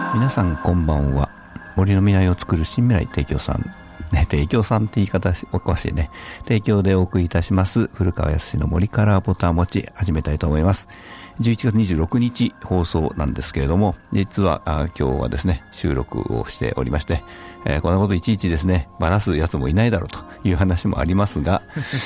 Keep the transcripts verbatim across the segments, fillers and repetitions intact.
皆さんこんばんは。森の未来を作る新未来提供さん、ね、提供さんって言い方おかしいね。提供でお送りいたします古川康の森からボタン持ち始めたいと思います。じゅういちがつにじゅうろくにち放送なんですけれども、実はあ今日はですね収録をしておりまして、えー、こんなこといちいちですねばらすやつもいないだろうという話もありますが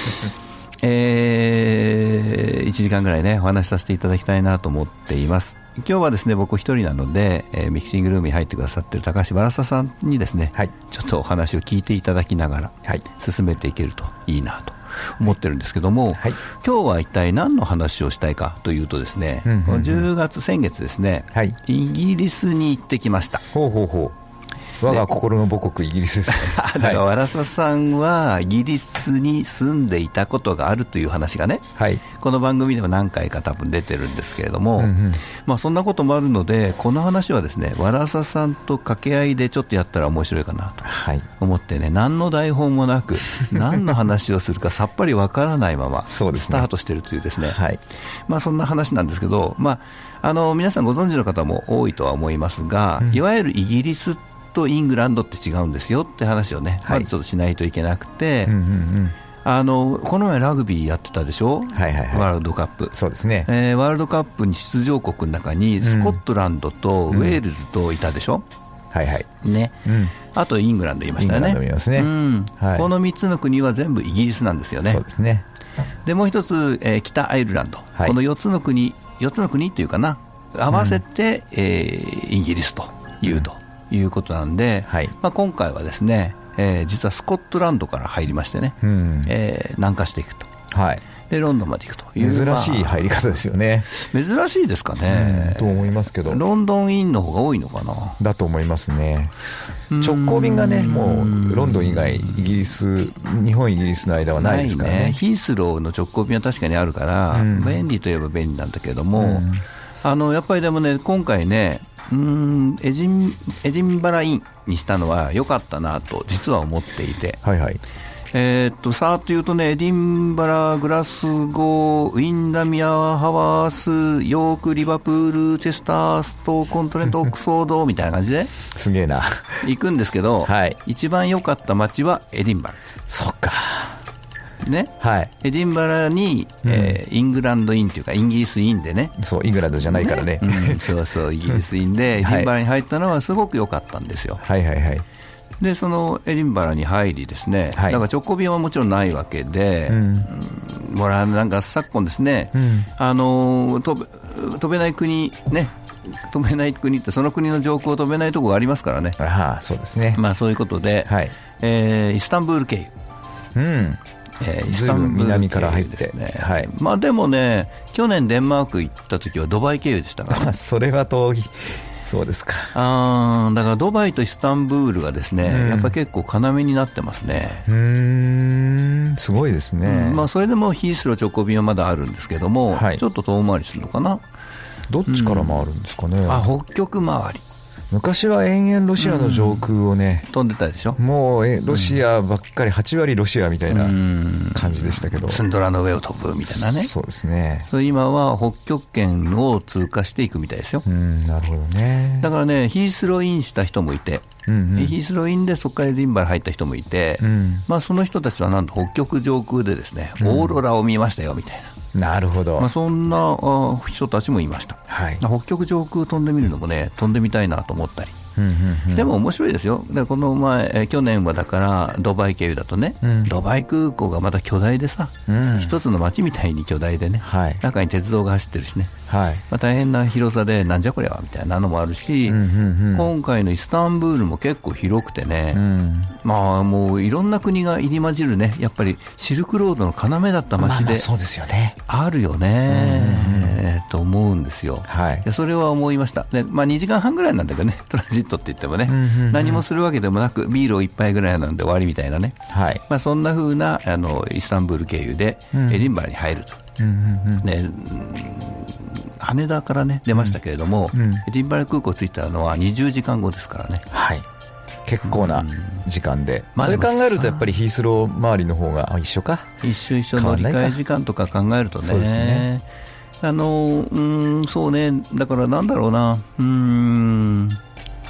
えー、いちじかんぐらいねお話しさせていただきたいなと思っています。今日はですね僕一人なので、えー、ミキシングルームに入ってくださっている高橋バラサさんにですね、はい、ちょっとお話を聞いていただきながら、はい、進めていけるといいなと思ってるんですけども、はい、今日は一体何の話をしたいかというとですね、うんうんうん、このじゅうがつ先月ですね、はい、イギリスに行ってきました。 ほうほうほう。我が心の母国イギリスですね。 だからわらささんはイギリスに住んでいたことがあるという話がね、はい、この番組でも何回か多分出てるんですけれども、うんうん、まあ、そんなこともあるのでこの話はですねわらささんと掛け合いでちょっとやったら面白いかなと思ってね、何の台本もなく何の話をするかさっぱりわからないままスタートしているというですね、はい、まあ、そんな話なんですけど、まあ、あの皆さんご存知の方も多いとは思いますが、うん、いわゆるイギリスとイングランドって違うんですよって話をね、はい、まずちょっとしないといけなくて、うんうんうん、あのこの前ラグビーやってたでしょ、はいはいはい、ワールドカップ。 そうですね、 えー、ワールドカップに出場国の中にスコットランドとウェールズといたでしょ、うん、はいはいね、うん、あとイングランドいましたよね。イングランドいますね、うん、はい、このみっつの国は全部イギリスなんですよね。 そうですね。 でもう一つ、えー、北アイルランド、はい、このよっつの国よっつの国っていうかな合わせて、うん、えー、イギリスというと、うんいうことなんで、はい、まあ、今回はですね、えー、実はスコットランドから入りましてね、うん、えー、南下していくと、はい、でロンドンまで行くという珍しい入り方ですよね。 珍しいですかね、 うん、と思いますけど、 ロンドンインの方が多いのかな。 だと思いますね。直行便がねもうロンドン以外イギリス日本イギリスの間はないですから ね, ねヒースローの直行便は確かにあるから、うん、便利といえば便利なんだけれども、うん、あのやっぱりでもね今回ねうーんエジン、エジンバラインにしたのは良かったなと実は思っていて、はいはい、えー、っとさーっと言うとねエディンバラ、グラスゴー、ウィンダミア、ハワース、ヨーク、リバプール、チェスター、ストーコントレント、オックスフォードみたいな感じですげえな行くんですけど、はい、一番良かった街はエディンバラです。 そっかね、はい、エディンバラに、えーうん、イングランドインというかイギリスインでね、 そうイングランドじゃないから ね, ね、 うん、そうそうイギリスインでエディンバラに入ったのはすごく良かったんですよ。 はいはいはい。 でそのエディンバラに入りですね、はい、だから直行便はもちろんないわけで、うんうん、ほらなんか昨今ですね、うん、あの飛べ、飛べない国ね飛べない国ってその国の上空を飛べないところがありますからね。 ああそうですね、 まあ、そういうことで、はい、えー、イスタンブール経由、うん、えー、イスタンブール南から入って、ね、はい、 まあ、でもね去年デンマーク行った時はドバイ経由でしたから、ね、 それは遠い。そうですか。 あだからドバイとイスタンブールがですね、うん、やっぱ結構要になってますね。 うーんすごいですね、 うん、まあ、それでもヒースロー直行便はまだあるんですけども、はい、ちょっと遠回りするのかな。 どっちから回るんですかね、うん、 あ北極回り。 昔は延々ロシアの上空をね、 うん、飛んでたでしょ。 もうえロシアばっかりはちわりロシアみたいな感じでしたけど、 ツンドラの上を飛ぶみたいなね。 そうですね。 それ今は北極圏を通過していくみたいですよ。 うん、なるほどね。 だからねヒースローインした人もいて、うんうん、ヒースローインでそこからエディンバラ入った人もいて、うん、まあ、その人たちはなんと北極上空でですね、うん、オーロラを見ましたよみたいな。 なるほど、 まあ、そんな人たちもいました、はい、北極上空飛んでみるのもね飛んでみたいなと思ったり、うんうんうん、でも面白いですよ。でこの前え去年はだからドバイ経由だとね、うん、ドバイ空港がまた巨大でさ、うん、一つの街みたいに巨大でね、はい、中に鉄道が走ってるしね、はい、まあ、大変な広さでなんじゃこりゃみたいなのもあるし、うんうんうん、今回のイスタンブールも結構広くてね、うん、まあもういろんな国が入り混じるね、やっぱりシルクロードの要だった街で、まあまあそうですよね、あるよね、うんうん、と思うんですよ、はい、それは思いました。で、まあ、にじかんはんぐらいなんだけどね、トランジットって言ってもね、うんうんうん、何もするわけでもなくビールを一杯ぐらいなんで終わりみたいなね、はい、まあ、そんな風なあのイスタンブール経由でエディンバラに入ると、うんうんうんね、羽田からね出ましたけれども、うんうん、エディンバラ空港着いたのはにじゅうじかんごですからね、はい、 結構な時間で、うん、まあ、それ考えるとやっぱりヒースロー周りの方が一緒か、 一緒一緒、乗り換え時間とか考えると ね, そうですね、あのうんそうね、だからなんだろうな、うーん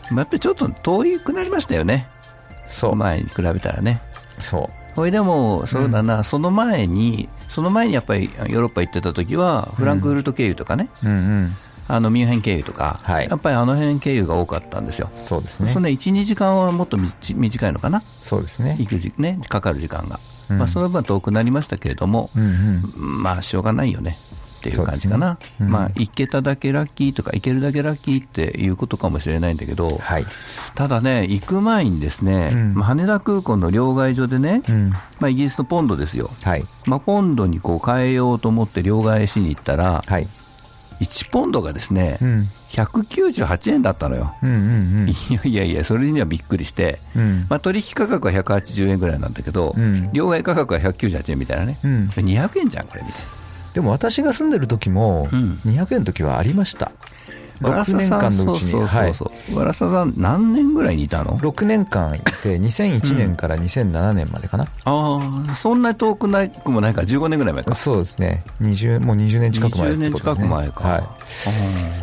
まあ、やっぱりちょっと遠くなりましたよね、そう前に比べたらね。 そうこれでもそうだな、うん、その前にその前にやっぱりヨーロッパ行ってた時はフランクフルト経由とかね、うんうんうん、あのミュンヘン経由とか、はい、やっぱりあの辺経由が多かったんですよ。 そうですね。 その いちにじかんはもっと短いのかな。 そうですね。 行くじ、ね、かかる時間が、うん、まあ、その分遠くなりましたけれども、うんうん、まあしょうがないよねっていう感じかな、ね、うん、まあ、行けただけラッキーとか行けるだけラッキーっていうことかもしれないんだけど、はい、ただね、行く前にですね、うん、まあ、羽田空港の両替所でね、うん、まあ、イギリスのポンドですよ、はい、まあ、ポンドにこう変えようと思って両替しに行ったら、はい、いちポンドがですね、うん、ひゃくきゅうじゅうはちえんだったのよ、うんうんうん、いやいやいや、それにはびっくりして、うん、まあ、取引価格はひゃくはちじゅうえんぐらいなんだけど、うん、両替価格はひゃくきゅうじゅうはちえんみたいなね、うん、にひゃくえんじゃんこれみたいな。 でも私が住んでる時もにひゃくえんの時はありました、うん、ろくねんかんのうちに。 わらささん何年ぐらいにいたの？ ろくねんかんいてにせんいちねんからにせんななねんまでかな、 うん、ああ、そんなに遠くなくもないからじゅうごねんぐらい前か。 そうですね、にじゅうもうにじゅうねん近く前ってことですね。にじゅうねん近く前か、はい、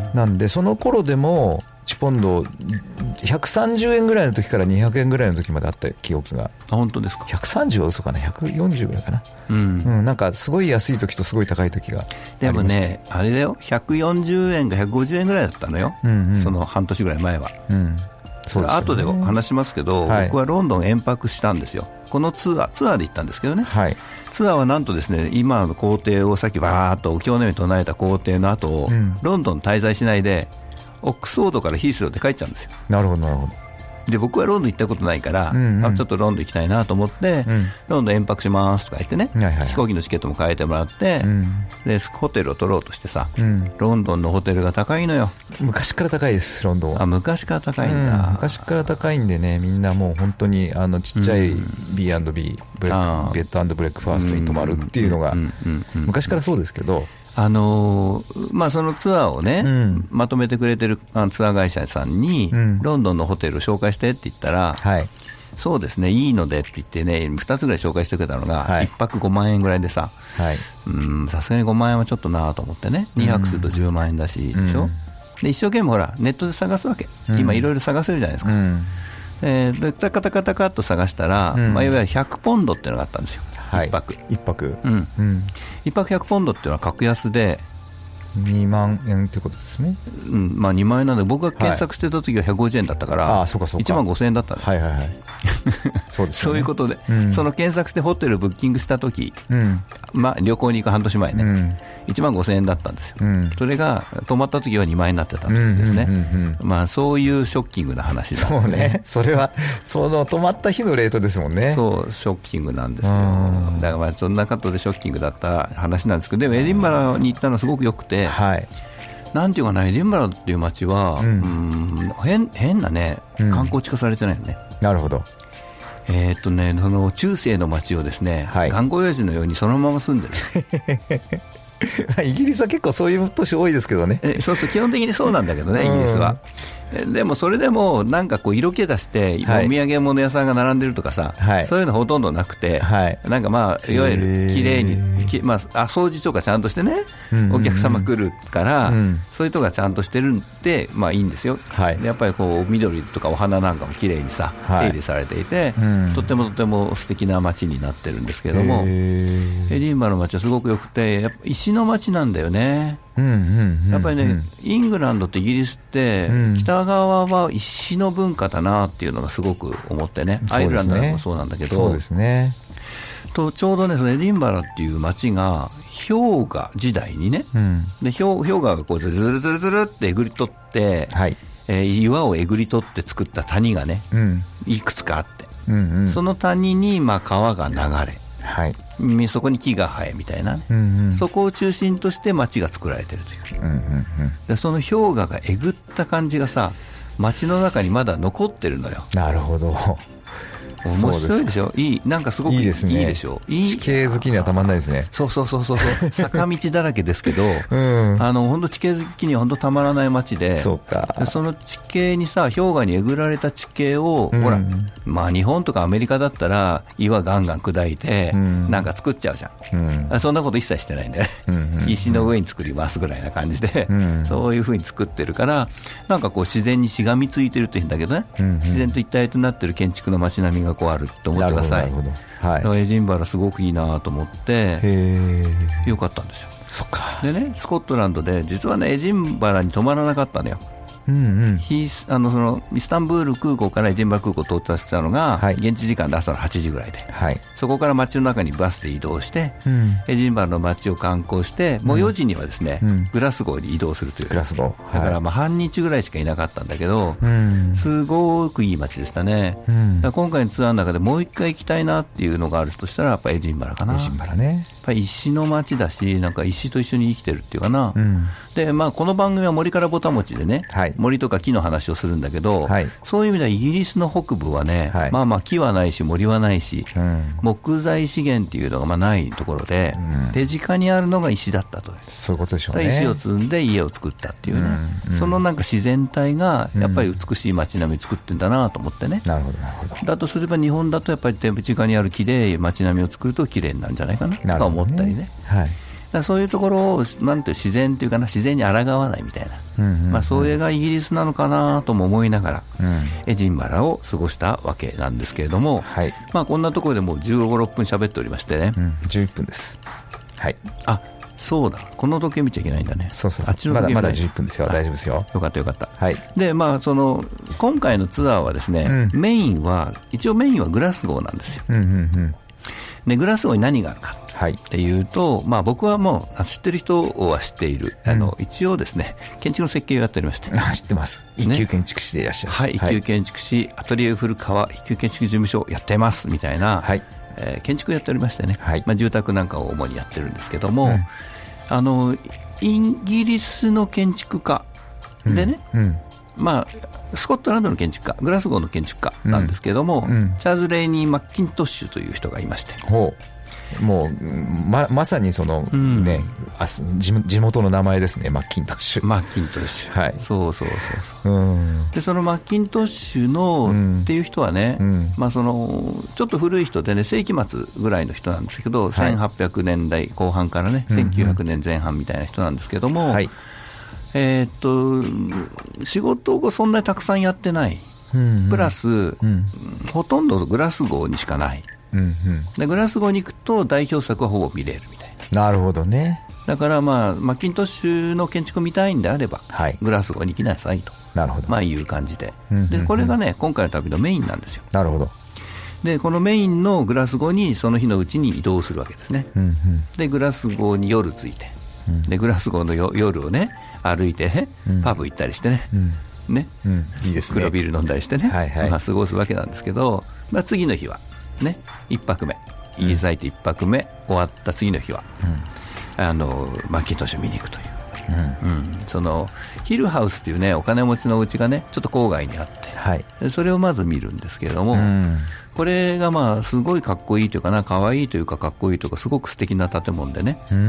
なんでその頃でもいちポンドひゃくさんじゅうえんぐらいの時からにひゃくえんぐらいの時まであった記憶が。 あ、本当ですか。 ひゃくさんじゅうは嘘かな、ひゃくよんじゅうぐらいかな、うんうん、なんかすごい安い時とすごい高い時がありました。 でもね、あれだよ、ひゃくよんじゅうえんかひゃくごじゅうえんぐらいだったのよ、うんうん、その半年ぐらい前は、うん、そうですよね。後で話しますけど、はい、僕はロンドン延泊したんですよ。このツアーツアーで行ったんですけどね、はい、ツアーはなんとですね、今の工程をさっきバーっとお経のように唱えた工程の後を、うん、ロンドン滞在しないでオックスフォードからヒースローで帰っちゃうんですよ。 なるほどなるほど。 で僕はロンドン行ったことないから、うんうん、あちょっとロンドン行きたいなと思って、うん、ロンドン延泊しますとか言ってね、はいはいはい、飛行機のチケットも変えてもらって、うん、でホテルを取ろうとしてさ、うん、ロンドンのホテルが高いのよ。 昔から高いです、ロンドンは。 あ、昔から高いんだ、 うん、昔から高いんでね、みんなもう本当にあのちっちゃい ビーアンドビー、ブレックベッド&ブレックファーストに泊まるっていうのが昔からそうですけど、 あのーまあ、そのツアーをね、うん、まとめてくれてるあのツアー会社さんに、うん、ロンドンのホテルを紹介してって言ったら、はい、そうですね、いいのでって言ってね、ふたつぐらい紹介してくれたのが、はい、いっぱくごまんえんぐらいでさ、さすがにごまんえんはちょっとなと思ってね、にはくするとじゅうまんえんだし、うん、でしょ、で一生懸命ほらネットで探すわけ、うん、今いろいろ探せるじゃないですか、うん、えー、でタカタカタカっと探したら、うん、まあ、いわゆるひゃくポンドっていうのがあったんですよ、はい、いっぱくいっぱく、 うんうん、いっぱくひゃくポンドっていうのは格安でにまんえんってことですね、 うん、まあ、にまんえんなんで、僕が検索してた時はひゃくごじゅうえんだったから、はい、あ、そうかそうか、いちまんごせんえんだったんです、はいはいはい、そうですよね、そういうことで、うん、その検索してホテルブッキングした時、うん、まあ、旅行に行く半年前ね、うん、いちまんごせんえんだったんですよ、うん、それが泊まった時はにまんえんになってたんですね、うんうんうんうん、まあ、そういうショッキングな話だ、 ね、そうね、それはその泊まった日のレートですもんね。 そう、ショッキングなんですよ。だからまあそんなことでショッキングだった話なんですけど、でもエディンバラに行ったのはすごく良くて、はい、なんていうかな、エディンバラっていう街は、うん、うん、変, 変なね、観光地化されてないよね、 うん、なるほど。 えーっとね、その中世の街をですね、はい、頑固親父のようにそのまま住んでるイギリスは結構そういう都市多いですけどね。 えそうそう、基本的にそうなんだけどね、イギリスは。でもそれでもなんかこう色気出して、はい、お土産物屋さんが並んでるとかさ、はい、そういうのほとんどなくて、はい、なんかまあいわゆるきれいに、まあ、あ掃除とかちゃんとしてね、うんうんうん、お客様来るから、うん、そういうとこがちゃんとしてるんで、まあいいんですよ、はい、でやっぱりこう緑とかお花なんかもきれいにさ、はい、手入れされていて、うん、とってもとても素敵な街になってるんですけれども、エディンバラの街はすごく良くて、やっぱ石の街なんだよね。うんうんうんうん、やっぱりね、イングランドとイギリスって、うん、北側は石の文化だなっていうのがすごく思ってね、アイルランドもそうなんだけど、 そうですね、 とちょうどね、そのエディンバラっていう街が氷河時代にね、うん、で 氷, 氷河がこうずるずるずるずるってえぐり取って、はい、えー、岩をえぐり取って作った谷がね、うん、いくつかあって、うんうん、その谷にまあ川が流れ、はい、そこに木が生えみたいな、ね、うんうん、そこを中心として街が作られているという、うんうんうん、でその氷河がえぐった感じがさ、街の中にまだ残ってるのよ。 なるほど。 面白いでしょ。いい、なんかすごくいいですね。いいでしょ。いい地形好きにはたまんないですね。 そうそうそうそう坂道だらけですけど、うん、あの本当地形好きには本当たまらない街で、 そうか。 その地形にさ、氷河にえぐられた地形を、うん、ほら、まあ日本とかアメリカだったら岩ガンガン砕いて、うん、なんか作っちゃうじゃん、うん、そんなこと一切してないんで、うんうん、石の上に作りますぐらいな感じで、うん、そういうふうに作ってるから、なんかこう自然にしがみついてるって言うんだけどね、うんうん、自然と一体となってる建築の街並みがこうあると思ってください。なるほど、なるほど、はい、だからエジンバラすごくいいなと思ってよかったんですよ。 そっか。 でね、スコットランドで実はね、エジンバラに泊まらなかったのよ。うんうん、ヒあのそのイスタンブール空港からエジンバラ空港を到達したのが、はい、現地時間で朝のはちじぐらいで、はい、そこから街の中にバスで移動して、うん、エジンバラの街を観光して、もうよじにはですね、うん、グラスゴーに移動するという、 グラスゴー、 だからまあ半日ぐらいしかいなかったんだけど、うん、すごくいい街でしたね、うん、だから今回のツアーの中でもう一回行きたいなっていうのがあるとしたらやっぱエジンバラかな。 エジンバラね、 やっぱり石の街だし、なんか石と一緒に生きてるっていうかな、うん、でまあ、この番組は森からぼたもちでね、はい、森とか木の話をするんだけど、はい、そういう意味ではイギリスの北部はね、はい、まあまあ木はないし森はないし、うん、木材資源っていうのがまあないところで、うん、手近にあるのが石だったと。 そういうことでしょうね。 石を積んで家を作ったっていうね、うんうん、そのなんか自然体がやっぱり美しい街並みを作ってんだなと思ってね、うん、なるほどなるほど。だとすれば日本だとやっぱり手近にある木で街並みを作ると綺麗になるんじゃないかなとか思ったりね、はい、だそういうところをなんていう自然というかな、自然に抗わないみたいな、うんうんうん、まあ、それがイギリスなのかなとも思いながら、うん、エジンバラを過ごしたわけなんですけれども、はい、まあ、こんなところでもうじゅうご、ろっぷん喋っておりましてね、うん、 じゅういっぷんです。はい、 あ、そうだ、この時計見ちゃいけないんだね。 そうそうそう、あっちの時計まだまだじゅっぷんですよ。大丈夫ですよ。 よかったよかった、はい、でまあその今回のツアーはですね、うん、メインは一応メインはグラスゴーなんですよ、うんうんうん。でグラスゴーに何があるかっていうと、はい、まあ、僕はもう知ってる人は知っている、うん、あの一応ですね建築の設計をやっておりまして、 あ、知ってます、一級建築士でいらっしゃる、 はい、一級建築士、アトリエ古川一級建築事務所をやってますみたいな、はい、えー、建築をやっておりましてね、はい、まあ、住宅なんかを主にやってるんですけども、うん、あのイギリスの建築家でね、うんうん、まあ、スコットランドの建築家、グラスゴーの建築家なんですけども、うんうん、チャーズ・レイニー・マッキントッシュという人がいまして、 ほう、もう ま, まさにその、うん、ね、あ地、地元の名前ですね、マッキントッシュ。 マッキントッシュ、はい、そうそうそうそう、うん、でそのマッキントッシュの、うん、っていう人はね、うん、まあ、そのちょっと古い人でね、世紀末ぐらいの人なんですけど、はい、せんはっぴゃくねんだいこう半からね、せんきゅうひゃくねんぜん半みたいな人なんですけども、はい、えー、っと仕事をそんなにたくさんやってない、うんうん、プラス、うん、ほとんどグラスゴーにしかない、うんうん、でグラスゴーに行くと代表作はほぼ見れるみたいな。なるほどね。 だから、まあ、マッキントッシュの建築を見たいんであれば、はい、グラスゴーに行きなさいと、なるほど、まあ、いう感じで、うんうんうん、でこれがね今回の旅のメインなんですよ。 なるほど。 でこのメインのグラスゴーにその日のうちに移動するわけですね、うんうん、でグラスゴーに夜着いて、うん、でグラスゴーのよ夜をね歩いて、ね、うん、パブ行ったりしてね、うんね、うん、いいですね、黒ビール飲んだりしてね、はいはい、まあ、過ごすわけなんですけど、まあ、次の日はね、いっぱくめ、イギリス入っていっぱくめ終わった次の日は、うん、あのマッキントッシュを見に行くという、うんうん、そのヒルハウスというねお金持ちのお家がねちょっと郊外にあって、はい、でそれをまず見るんですけれども、うん、これがまあすごいかっこいいというかな、かわいいというかかっこいいというかすごく素敵な建物でね、うん、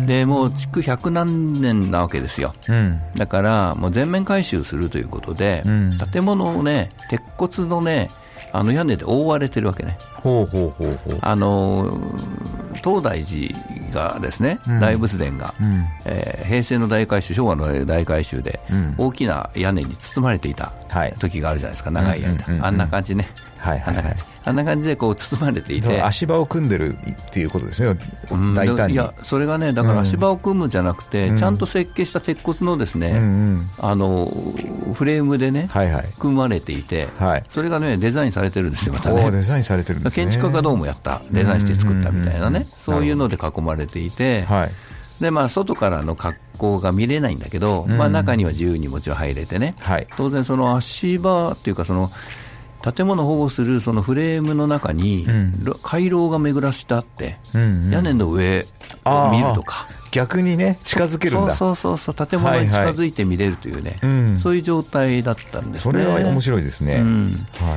でもう築ひゃくなんねんなわけですよ、うん、だからもう全面改修するということで、うん、建物をね鉄骨のねあの屋根で覆われてるわけね。ほうほうほうほう。あの東大寺がですね、うん、大仏殿が、うん、えー、平成の大改修、昭和の大改修で、うん、大きな屋根に包まれていた時があるじゃないですか、長い間、うんうんうんうん、あんな感じね、はいはいはい、あんな感じあんな感じでこう包まれていて、 足場を組んでるっていうことですよ、大胆に。 いやそれがね、だから足場を組むじゃなくて、うん、ちゃんと設計した鉄骨のですね、うんうん、あのフレームでね、はいはい、組まれていて、はい、それがねデザインされてるんですよ、またね。 デザインされてるんですね。 建築家がどうもやったデザインして作ったみたいなね、そういうので囲まれていて、はい、でまあ、外からの格好が見れないんだけど、うん、まあ、中には自由にもちろん入れてね、はい、当然その足場っていうかその建物を保護するそのフレームの中に回廊が巡らしてあって、うんうん、屋根の上を見るとか、 逆にね近づけるんだ。 そうそうそうそう、建物に近づいて見れるというね、はいはい、そういう状態だったんですね。 それは面白いですね、うん、はい、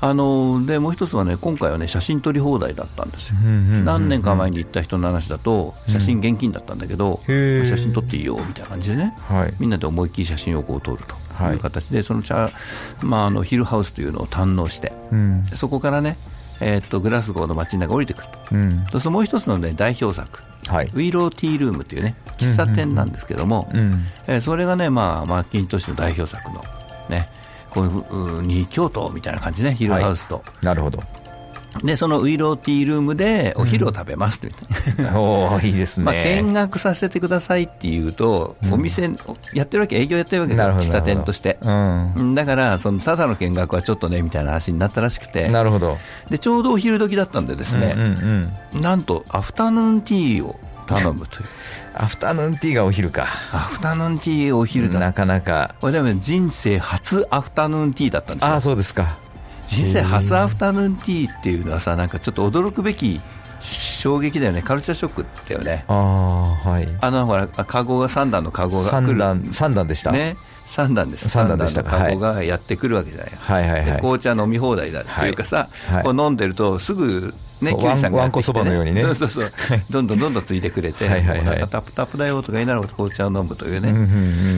あのでもう一つはね、今回はね写真撮り放題だったんですよ、うんうんうんうん、何年か前に行った人の話だと写真現金だったんだけど、うん、写真撮っていいよみたいな感じでね、はい、みんなで思いっきり写真をこう撮るという形で、はい、その茶、まあ、あのヒルハウスというのを堪能して、うん、そこからね、えー、っとグラスゴーの街の中に降りてくると、うん、そしてもう一つの、ね、代表作、はい、ウィローティールームというね喫茶店なんですけども、うんうんうんえー、それがね、まあ、マッキントッシュの代表作のねこういうに京都みたいな感じね、ヒルハウスと、はい、 なるほど。 でそのウィローティールームでお昼を食べますみたいな、うん、 おいいですね、 まあ、見学させてくださいっていうと、うん、お店やってるわけ、営業やってるわけですよ、喫茶店として、うん、だからそのただの見学はちょっとねみたいな話になったらしくて、 なるほど。 でちょうどお昼時だったんでですね、うんうんうん、なんとアフタヌーンティーを頼むというアフタヌーンティーがお昼か。 アフタヌーンティーお昼だ、 なかなかこれでも人生初アフタヌーンティーだったんですよ。 ああそうですか。 人生初アフタヌーンティーっていうのはさ、なんかちょっと驚くべき衝撃だよね、カルチャーショックだよね。 あ、はい、 あのほらカゴがさん段のカゴが来る、 さん段、さん段でしたね、さん段です。 さん段でしたか。 カゴがやってくるわけじゃない、 はいはいはい、 で紅茶飲み放題だっていうかさ、はいはい、こう飲んでるとすぐね、 ワン、ワンコそばのようにね、 そうそうそうどんどんどんどんついてくれて、はいはいはい、なんかタプタプだよとか言いながら紅茶を飲むというね、うんうんうん、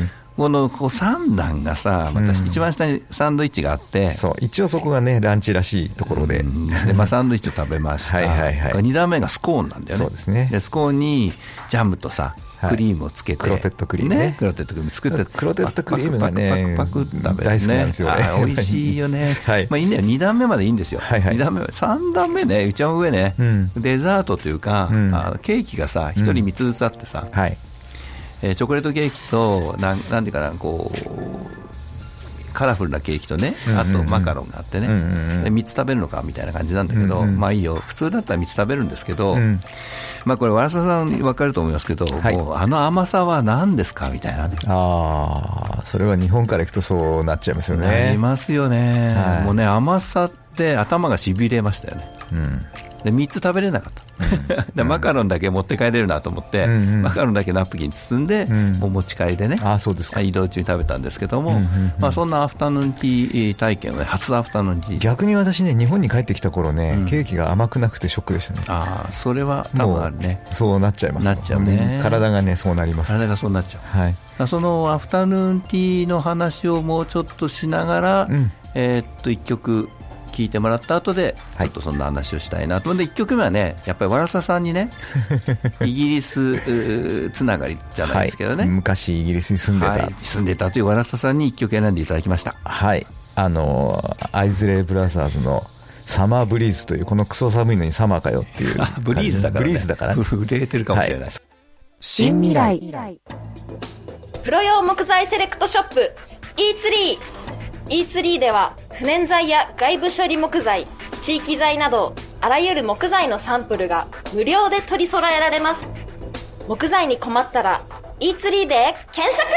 このこうさん段がさ、また一番下にサンドイッチがあって、うん、そう一応そこがねランチらしいところで、うん、 でまあ、サンドイッチを食べましたはいはい、はい、に段目がスコーンなんだよね。 そうですね。 でスコーンにジャムとさクリームをつけて、 クロテッドクリーム ね, ねクロテッドクリーム作って、 クロテッドクリームがねパクパクパクパク食べる、ね、 大好きなんですよね。 美味しいよね、はいまあ、いいんだよ、に段目までいいんですよ、はいはい、に段目さん段目ね、一番上ね、うん、デザートというか、うん、あケーキがさひとりみっつずつあってさ、うんはいえー、チョコレートケーキとなんなんていうかな、こうカラフルなケーキとね、あとマカロンがあってね、うんうんうん、でみっつ食べるのかみたいな感じなんだけど、うんうん、まあいいよ、普通だったらみっつ食べるんですけど、うん、まあこれ和田さん分かると思いますけど、はい、もうあの甘さは何ですかみたいなね。 ああ、それは日本から行くとそうなっちゃいますよね。 なりますよね、はい、もうね甘さって頭がしびれましたよね、うんでみっつ食べれなかった、うん、でマカロンだけ持って帰れるなと思って、うんうん、マカロンだけナプキン包んで、うん、お持ち帰りでね、 あそうですか、 移動中に食べたんですけども、うんうんうんまあ、そんなアフタヌーンティー体験を、ね、初アフタヌーンティー。 逆に私ね、日本に帰ってきた頃ね、うん、ケーキが甘くなくてショックでしたね。 あそれは多分あるね。 そうなっちゃいます。 なっちゃうね、 うん、体がねそうなります。 体がそうなっちゃう、はい、そのアフタヌーンティーの話をもうちょっとしながら、うんえー、っといっきょく聞いてもらった後でちょっとそんな話をしたいなと、はい、でいっきょくめはね、やっぱりわらささんにねイギリスつながりじゃないですけどね、はい、 昔イギリスに住んでた、はい、 住んでたというわらささんにいっきょく選んでいただきました。 はい、あのアイズレイブラザーズのサマーブリーズという、このクソ寒いのにサマーかよっていうブリーズだからね、 ブリーズだから震えてるかもしれない、はい、 新未来プロ用木材セレクトショップ イーツリーイーツリー では不燃材や外部処理木材、地域材などあらゆる木材のサンプルが無料で取り揃えられます。木材に困ったら イーツリー で検索。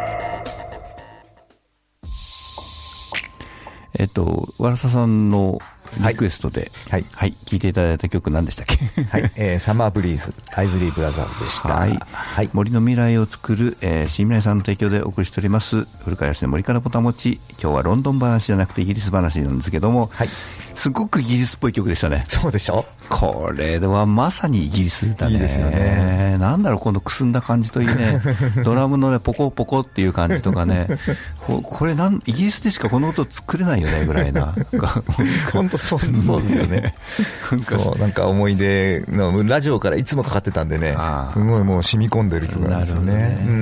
えっとわらささんのリクエストで、はいはいはい、聴いていただいた曲何でしたっけはい、えー、サマーブリーズアイズリーブラザーズでした、はいはい、森の未来を作る、えー、新未来さんの提供でお送りしております古川康の森からぼたもち。今日はロンドン話じゃなくてイギリス話なんですけども、はい、すごくイギリスっぽい曲でしたね。 そうでしょ。 これはまさにイギリスだね。 いいですよね。 なんだろう、このくすんだ感じといいねドラムのねポコポコっていう感じとかねこ, これなんイギリスでしかこの音作れないよねぐらいな本当そうですよねそうなんか思い出のラジオからいつもかかってたんでね、すごいもう染み込んでる曲なんですよ ね, ね、うん、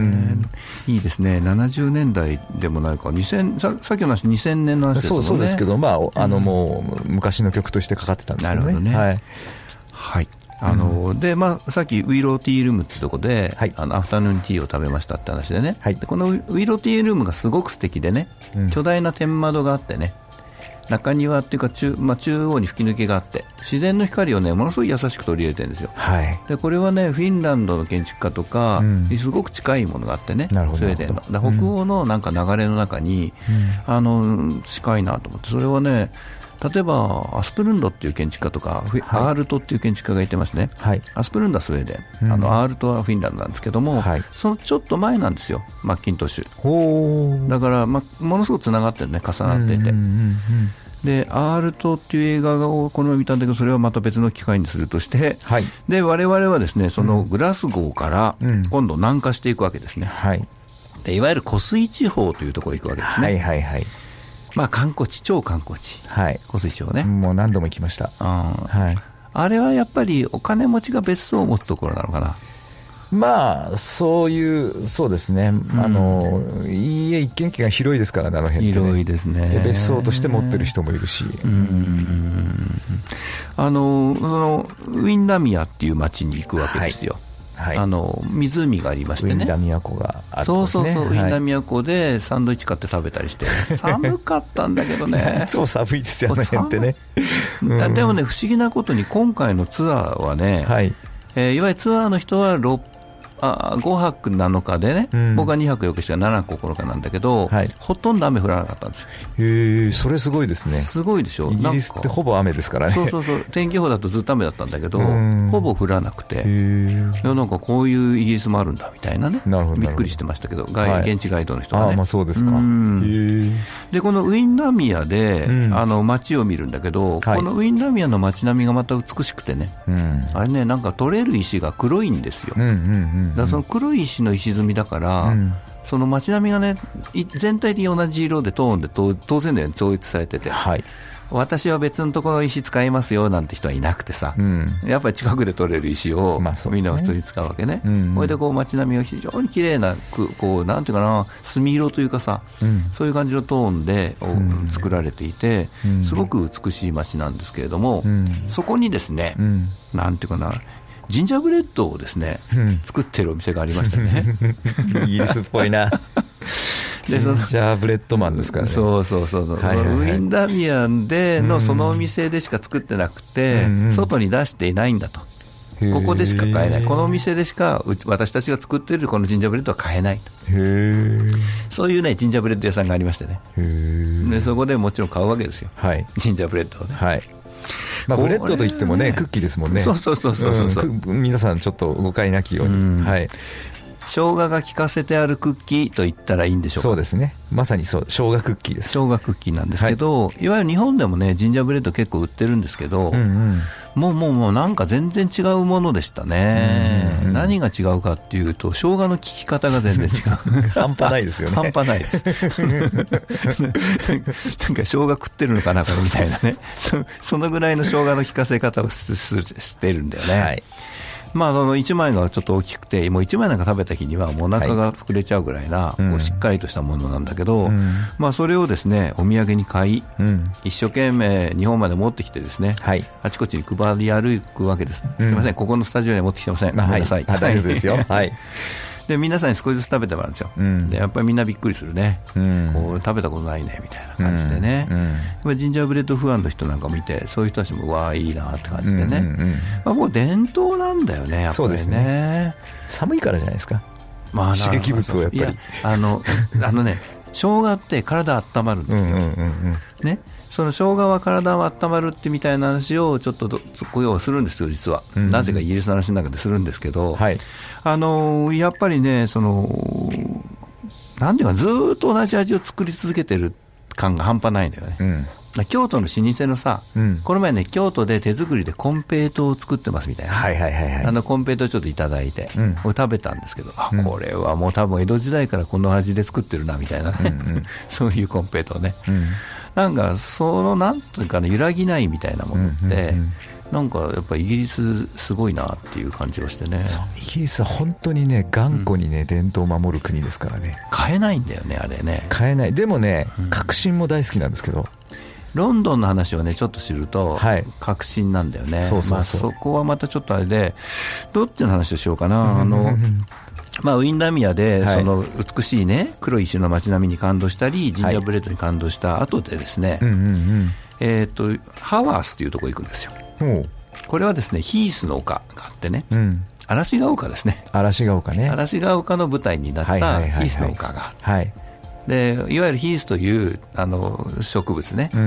いいですね。ななじゅうねんだいでもないか、にせん さ, さっきの話にせんねんの話ですよね。 そうそうですけど、まあ、あのもう昔の曲としてかかってたんですけどね。 なるほどね、 はい、 はいあのうんでまあ、さっきウィローティールームってとこで、はい、あのアフタヌーンティーを食べましたって話でね、はい、でこのウィローティールームがすごく素敵でね、うん、巨大な天窓があってね、中庭っていうか 中,、まあ、中央に吹き抜けがあって自然の光をねものすごい優しく取り入れてるんですよ、はい、でこれはねフィンランドの建築家とかにすごく近いものがあってね、うん、スウェーデンのだ北欧のなんか流れの中に、うん、あの近いなと思って、それはね例えばアスプルンドっていう建築家とか、はい、アールトっていう建築家がいてますね、はい、アスプルンドはスウェーデン、うん、あのアールトはフィンランドなんですけども、はい、そのちょっと前なんですよマッキントッシュ。ほだから、ま、ものすごくつながってるね、重なっていて、うんうんうんうん、 でアールトっていう映画をこの前見たんだけど、それはまた別の機会にするとして、はい、で我々はですねそのグラスゴーから今度南下していくわけですね、うんはい、でいわゆる湖水地方というところに行くわけですね、はいはいはい、まあ観光地、超観光地、はい、湖水地方ね、 もう何度も行きました。 あ、はい、あれはやっぱりお金持ちが別荘を持つところなのかな。 まあそういうそうですね、うん、あの家一軒一軒が広いですからね、あの辺って、ね、 広いですね。 で別荘として持ってる人もいるし、うん、 あのそのウィンダミアっていう町に行くわけですよ、はい、あの湖がありましてね、 ウィンダミア湖があるんですね。 そうそうそう、はい、ウィンダミア湖でサンドイッチ買って食べたりして寒かったんだけどねいつも寒いですよ、あの辺ってね、 うん、でもね不思議なことに今回のツアーはね、はい、えー、いわゆるツアーの人はろっあごはくなのかでね、うん、僕はにはくよくしてはななここのかなんだけど、はい、ほとんど雨降らなかったんですよ。 へえ、それすごいですね。 すごいでしょ。 イギリスってほぼ雨ですからね。 そうそうそう、天気予報だとずっと雨だったんだけどほぼ降らなくて、へいやなんかこういうイギリスもあるんだみたいなね、なるほどびっくりしてましたけど、はい、現地ガイドの人がね。 あ、まあ、そうですか。へでこのウィンダミアで、うん、あの街を見るんだけど、はい、このウィンダミアの街並みがまた美しくてね、うん、あれねなんか取れる石が黒いんですよ、うんうんうんうん、だからその黒い石の石積みだから、うん、その街並みがね全体的に同じ色でトーンで当然だよね統一されてて、はい、私は別のところの石使いますよなんて人はいなくてさ、うん、やっぱり近くで取れる石をみんな普通に使うわけね、うんうん、それでこう街並みが非常に綺麗なこうなんていうかな墨色というかさ、うん、そういう感じのトーンで作られていて、うん、すごく美しい街なんですけれども、うん、そこにですね、うん、なんていうかなジンジャーブレッドをですね、うん、作ってるお店がありましたねイギリスっぽいなジンジャーブレッドマンですからね。 そうそうそう、はいはいはい、ウィンダミアンでのそのお店でしか作ってなくて、うんうん、外に出していないんだと、ここでしか買えない、このお店でしか私たちが作っているこのジンジャーブレッドは買えないと、へそういうねジンジャーブレッド屋さんがありましてね、へでそこでもちろん買うわけですよ、はい、ジンジャーブレッドをね、はい、 まあ、ブレッドといってもねクッキーですもんね。 そうそうそうそうそう、 うん、皆さんちょっと誤解なきように、うん、はい、 生姜が効かせてあるクッキーと言ったらいいんでしょうか。 そうですね、まさにそう、生姜クッキーです。 生姜クッキーなんですけど、はい、いわゆる日本でもねジンジャーブレッド結構売ってるんですけど、うんうん、もうもうもうなんか全然違うものでしたね、うんうん、何が違うかっていうと生姜の効き方が全然違う半端ないですよね。 半端ないですなんか生姜食ってるのかなみたいなねそ, そのぐらいの生姜の効かせ方をしてるんだよね、はい、まあ、あのいちまいがちょっと大きくてもういちまいなんか食べた日にはもうお腹が膨れちゃうぐらいな、はい、こうしっかりとしたものなんだけど、うん、まあ、それをですねお土産に買い、うん、一生懸命日本まで持ってきてですね、はい、あちこちに配り歩くわけです、うん、すみませんここのスタジオには持ってきてません、ごめんなさい、 はい、大丈夫ですよはいで皆さんに少しずつ食べてもらうんですよ、うん、でやっぱりみんなびっくりするね、うん、こう食べたことないねみたいな感じでね、うんうん、やっぱりジンジャーブレッドファンの人なんか見てそういう人たちもわーいいなって感じでね、うんうんうん、まあ、もう伝統なんだよねやっぱりね。そうですね、 寒いからじゃないですか、まあ、刺激物をやっぱり。いやあのあのね生姜って体温まるんですよ、うんうんうんうん、ね、その生姜は体は温まるってみたいな話をちょっとご用するんですよ実は、うんうん、なぜかイギリスの話の中でするんですけど、はい、あのやっぱりねそのなんていうかずーっと同じ味を作り続けてる感が半端ないのよね、うん、京都の老舗のさ、うん、この前ね京都で手作りでコンペイトを作ってますみたいな、はいはいはいはい、あのコンペイトをちょっといただいて、うん、これ食べたんですけど、あ、これはもう多分江戸時代からこの味で作ってるなみたいなね、うんうん、そういうコンペイトをね、うん、なんかそのなんていうかね揺らぎないみたいなものって、うんうんうん、なんかやっぱりイギリスすごいなっていう感じがしてね。 そうイギリスは本当にね頑固にね、うん、伝統を守る国ですからね。 変えないんだよねあれね。 変えない。でもね、うん、革新も大好きなんですけど、 ロンドンの話をねちょっと知ると、はい、革新なんだよね。そうそうそう、まあ、そこはまたちょっとあれでどっちの話をしようかな、あのまあ、ウィンダミアで、はい、その美しいね黒い石の街並みに感動したりジンジャーブレッドに感動した後でですね、はい、うんうんうん、えーとハワースというところに行くんですよ。これはですねヒースの丘があってね、うん、嵐ヶ丘ですね。 嵐ヶ丘ね。 嵐ヶ丘の舞台になったヒースの丘が、はい、でいわゆるヒースというあの植物ね、うん、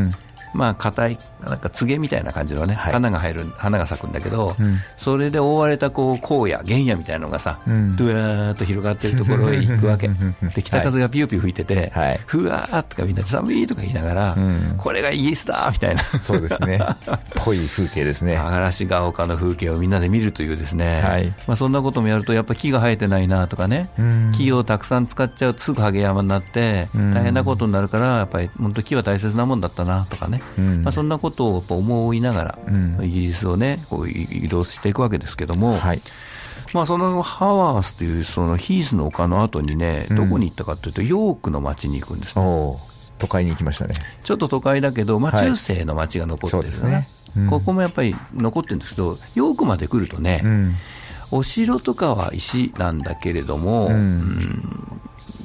まあ硬いなんかつげみたいな感じのね、はい、花が入る花が咲くんだけど、うん、それで覆われたこう荒野原野みたいなのがさ、うん、ドゥワーッと広がってるところへ行くわけで北風がピューピュー吹いてて、はい、ふわーとかみんなで寒いとか言いながら、うん、これがイギリスだみたいなそうですねぽい風景ですね。 嵐が丘の風景をみんなで見るというですね、はい、まあ、そんなこともやるとやっぱ木が生えてないなとかね、うん、木をたくさん使っちゃうとすぐハゲ山になって大変なことになるから、やっぱり本当木は大切なもんだったなとかね、うん、まあ、そんなことを思いながら、うん、イギリスをねこう移動していくわけですけども、はい、まあ、そのハワースというそのヒースの丘の後にね、どこに行ったかというとヨークの町に行くんですね、うん、 都会に行きましたね。 ちょっと都会だけど、まあ、中世の町が残ってるんですね、はい、そうですね、うん、ここもやっぱり残ってるんですけど、ヨークまで来るとね、うん、お城とかは石なんだけれども、うんうん、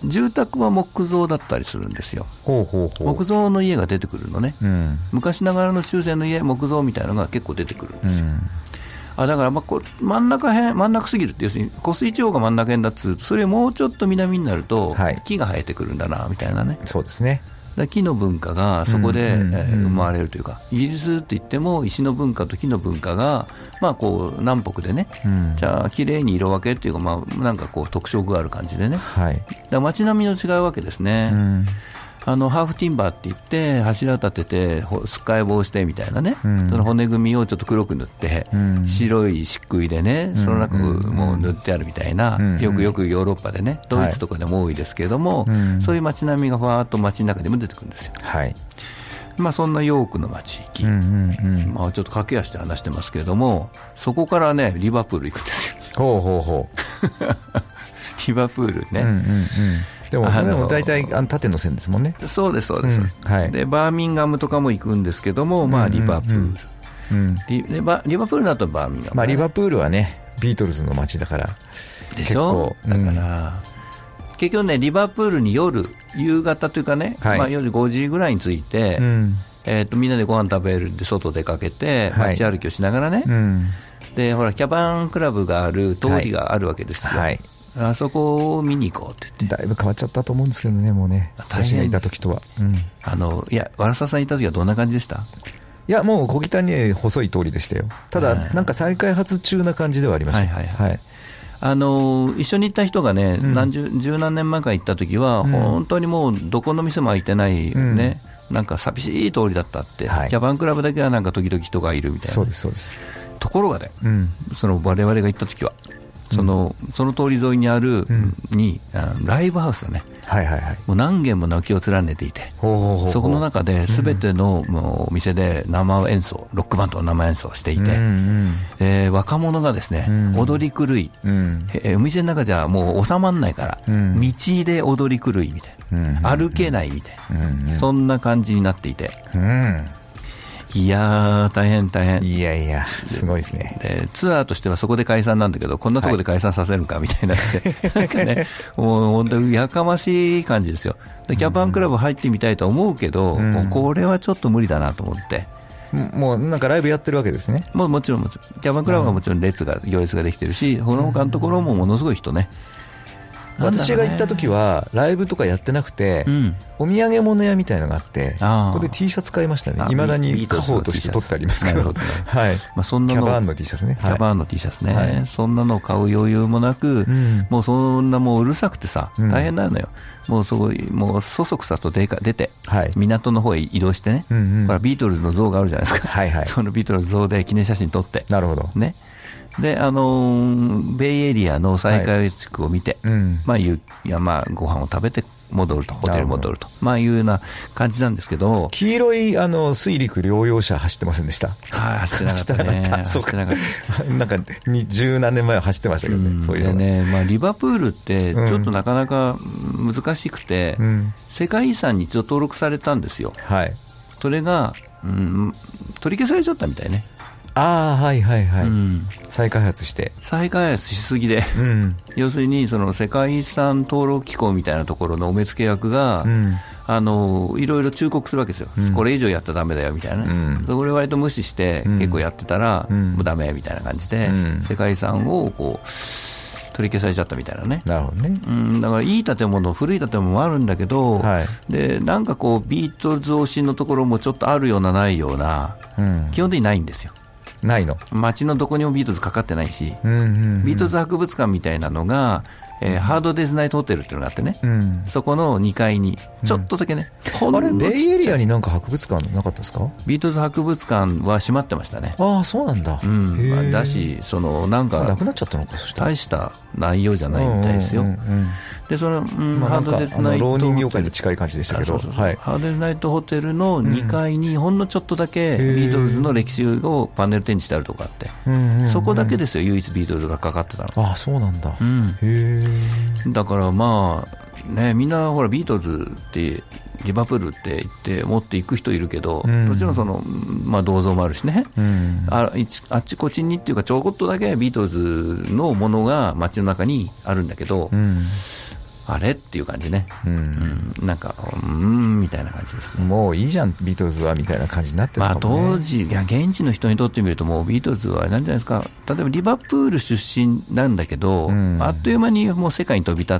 住宅は木造だったりするんですよ。ほうほうほう、木造の家が出てくるのね、うん、昔ながらの中世の家木造みたいなのが結構出てくるんですよ、うん、あだからまあこ真ん中辺真ん中すぎるって、要するに湖水地方が真ん中辺だっつうと、それもうちょっと南になると木が生えてくるんだなみたいなね、はい、そうですね。だ木の文化がそこで、うんうんうん、えー、生まれるというか、イギリスって言っても石の文化と木の文化が、まあ、こう南北でね、うん、じゃあ綺麗に色分けっていうか、まあ、なんかこう特色がある感じでね、はい、だから街並みの違うわけですね、うん、あのハーフティンバーって言って柱立ててすっかい棒してみたいなね、うん、その骨組みをちょっと黒く塗って、うん、白い漆喰でね、その中もう塗ってあるみたいな、うん、よくよくヨーロッパでね、ドイツとかでも多いですけれども、はい、そういう街並みがふわーっと街の中でも出てくるんですよ、はい、まあ、そんなヨークの街行き、うんうんうん、まあ、ちょっと駆け足で話してますけれども、そこからねリバプール行くんですよ。ほうほうほうリバプールね、うんうんうん、でもこれも大体縦の線ですもんね。そうですそうです、うん、はい、でバーミンガムとかも行くんですけども、まあ、リバプール、うんうんうん、リ, リ, バリバプールだとバーミンガム、ね、まあ、リバプールはねビートルズの街だからでしょ、だから、うん、結局ねリバプールに夜夕方というかね、はい、まあ、夜ごじぐらいに着いて、うん、えー、とみんなでご飯食べるんで外出かけて街歩きをしながらね、はい、うん、でほらキャバンクラブがある通りがあるわけですよ、はいはい、あそこを見に行こうって言って。だいぶ変わっちゃったと思うんですけどね、もうね、私がいた時とは、うん、あのいやわらささんいた時はどんな感じでした？いやもう小汚い細い通りでしたよ。ただなんか再開発中な感じではありました、はいはいはいはい、あの一緒に行った人がね、うん、何十, 十何年前から行った時は、うん、本当にもうどこの店も開いてないね、うん、なんか寂しい通りだったって、はい、キャバンクラブだけはなんか時々人がいるみたいな。そうですそうです。ところがね、うん、その我々が行った時はその、うん、その通り沿いにある、うん、にあライブハウスだね、はいはいはい、もう何軒も軒を連ねていて、ほうほうほうほう、そこの中で全ての、うん、もうお店で生演奏、ロックバンドの生演奏をしていて、うんうん、えー、若者がですね、うん、踊り狂い、うん、えー、お店の中じゃもう収まんないから、うん、道で踊り狂いみたいな、うん、歩けないみたいな、うんうん、そんな感じになっていて、うん、いやー大変大変。いやいやすごいですね。でツアーとしてはそこで解散なんだけど、こんなところで解散させるかみたいになって、はい、なんかねもう本当にやかましい感じですよ。でキャバンクラブ入ってみたいと思うけど、うん、もうこれはちょっと無理だなと思って、もうなんかライブやってるわけですね。もうもちろんもちろんキャバンクラブはもちろん列が行列ができてるし、この他のところもものすごい人ね。私が行った時はライブとかやってなくて、うん、お土産物屋みたいなのがあって、ここで T シャツ買いましたね。いまだに家宝として取ってありますけど、どね、はい、まあ、そんなのキャバーンの T シャツね、キャバーンの T シャツね、はい、そんなのを買う余裕もなく、うん、もうそんなもううるさくてさ大変なのよ、うん、もうそこもうそそくさと出て、はい、港の方へ移動してね、うんうん、ほらビートルズの像があるじゃないですか、はいはい、そのビートルズ像で記念写真撮って、なるほどね。であのー、ベイエリアの再開地区を見て、はい、うん、まあ、いういやまあご飯を食べて戻ると、ホテルに戻ると、まあ、いうような感じなんですけど、黄色いあの水陸両用車走ってませんでした？はい、走ってなかったね。走ってなかった。なんか十何年前は走ってましたけどね、うん、そういうのでね、まあ、リバプールってちょっとなかなか難しくて、うん、世界遺産に一度登録されたんですよ、はい、それが、うん、取り消されちゃったみたいね。ああはいはいはい、うん、再開発して再開発しすぎで、うん、要するにその世界遺産登録機構みたいなところのお目付け役が、うん、あのいろいろ忠告するわけですよ、うん、これ以上やったらダメだよみたいな、うん、それを割と無視して結構やってたら、うん、もうダメみたいな感じで、うん、世界遺産をこう取り消されちゃったみたいなね。 なるほどね。 うん、だからいい建物、古い建物もあるんだけど、はい、でなんかこうビートルズ推しのところもちょっとあるようなないような、うん、基本的にないんですよ。 ないの。 街のどこにもビートルズかかってないし、うんうんうん、ビートルズ博物館みたいなのが、えー、ハードデイズナイトホテルっていうのがあってね、うん、そこのにかいにちょっとだけね、 うん、あれベイエリアになんか博物館なかったですか？ ビートルズ博物館は閉まってましたね。 ああそうなんだ、 うんまあ、だしそのなんかなくなっちゃったのか。そしたら大した内容じゃないみたいですよ、うんうんうんうん、でその、うんまあ、ハードデイズナイト浪人業界に近い感じでしたけど、 はい、ハードデイズナイトホテルのにかいにほんのちょっとだけビートルズの歴史をパネル展示してあるとこあって、うんうんうん、そこだけですよ唯一ビートルズがかかってたの。 ああそうなんだ、うん、 へだからまあね、みんなほらビートルズってリバプールって言って持っていく人いるけど、うん、もちろんその、まあ、銅像もあるしね、うん、あ, あっちこっちにっていうかちょこっとだけビートルズのものが街の中にあるんだけど、うん、あれっていう感じね、うんうん、なんかうーんみたいな感じですね。 もういいじゃんビートルズはみたいな感じになってるかもね。 まあ、当時いや現地の人にとってみるともうビートルズは何じゃないですか。例えばリバプール出身なんだけど、うん、あっという間にもう世界に飛び立って、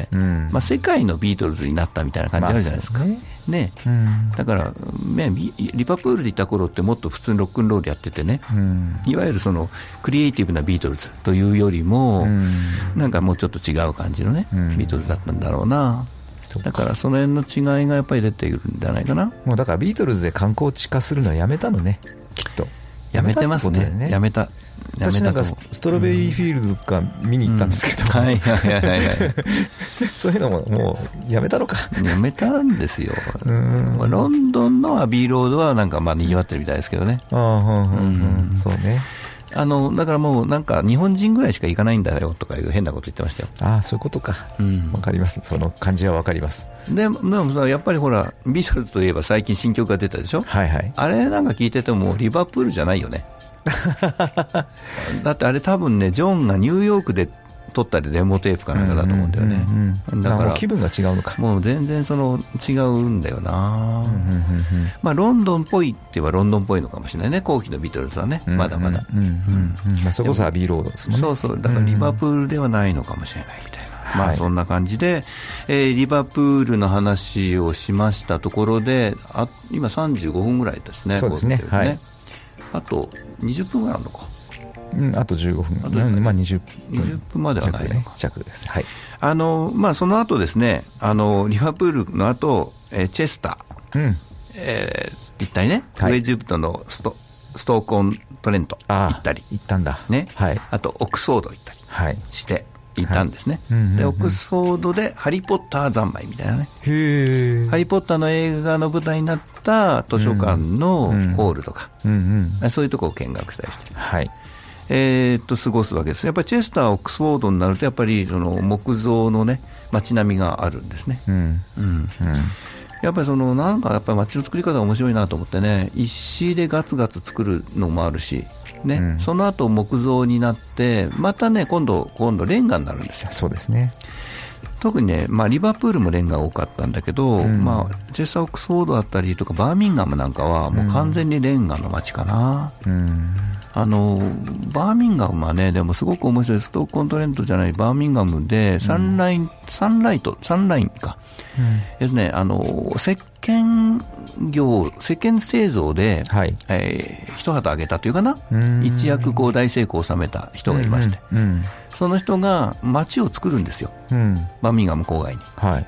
うんまあ、世界のビートルズになったみたいな感じあるじゃないですか、まあねねうん、だから、ね、リバプールでいた頃ってもっと普通にロックンロールやっててね、うん、いわゆるそのクリエイティブなビートルズというよりも、うん、なんかもうちょっと違う感じのね、うん、ビートルズだったんだろうな。だからその辺の違いがやっぱり出てくるんじゃないかな。 もうだからビートルズで観光地化するのはやめたのねきっと。 やめてますね。ねやめた。 私なんかストロベリーフィールドとか見に行ったんですけど、 はいはいはいはいそういうのももうやめたのか。 やめたんですよ。うんロンドンのアビーロードはなんかまあ賑わってるみたいですけどね。ああ、うんうんうん、そうね。あのだからもうなんか日本人ぐらいしか行かないんだよとかいう変なこと言ってましたよ。 ああそういうことか。わ、うん、かります。その感じはわかります。 で, でもさやっぱりほらビートルズといえば最近新曲が出たでしょ。はいはい。あれなんか聞いててもリバプールじゃないよね。だってあれ多分ねジョンがニューヨークで撮ったりデモテープかなんかだと思うんだよね、うんうんうん、だから気分が違うのか。 もう全然その違うんだよな、うんうんうん、まあロンドンっぽいって言えばロンドンっぽいのかもしれないね後期のビートルズはね、うんうん、まだまだ、うんうんうんまあ、そこそアビーロードですもんね。 そうそうだからリバプールではないのかもしれないみたいな、うん、まあそんな感じで、えー、リバプールの話をしましたところであ今さんじゅうごふんぐらいですね。 そうですね、はい、 あとにじゅっぷんぐらいあるのか。 うん、あとじゅうごふん、あとまあ、にじゅっぷん、 にじゅっぷんまではないのか弱です、はい。 あのまあ、その後ですねあのリバプールの後、えー、チェスター、うんえー、行ったりね、はい、ウエジプトのス ト, ストークオントレント行ったり行ったんだ、 ねはい、あとオックスフォード行ったりして行ったんですね、はいうんうんうん、でオックスフォードでハリーポッター三昧みたいなね。へハリーポッターの映画の舞台になった図書館のホールとか、うんうんうん、そういうところを見学したりして、はいえー、っと過ごすわけです。やっぱりチェスター、オックスフォードになるとやっぱりその木造のね街並みがあるんですね、うんうんうん、やっぱりそのなんかやっぱり街の作り方が面白いなと思ってね石でガツガツ作るのもあるしね、うん、その後木造になってまたね今度今度レンガになるんですよ。 そうですね。 特にね、まあ、リバプールもレンガ多かったんだけど、うんまあ、チェスターオックスフォードだったりとかバーミンガムなんかはもう完全にレンガの街かな、うん、あのバーミンガムはねでもすごく面白い。ストークオントレントじゃないバーミンガムでサンライン、うん、サンライトサンラインか、うんえっとね、あの石鹸業石鹸製造で、はいえー、一旗あげたというかな、一躍こう大成功を収めた人がいまして、うんうんうんその人が街を作るんですよ、うん、バーミンガム郊外に、はい、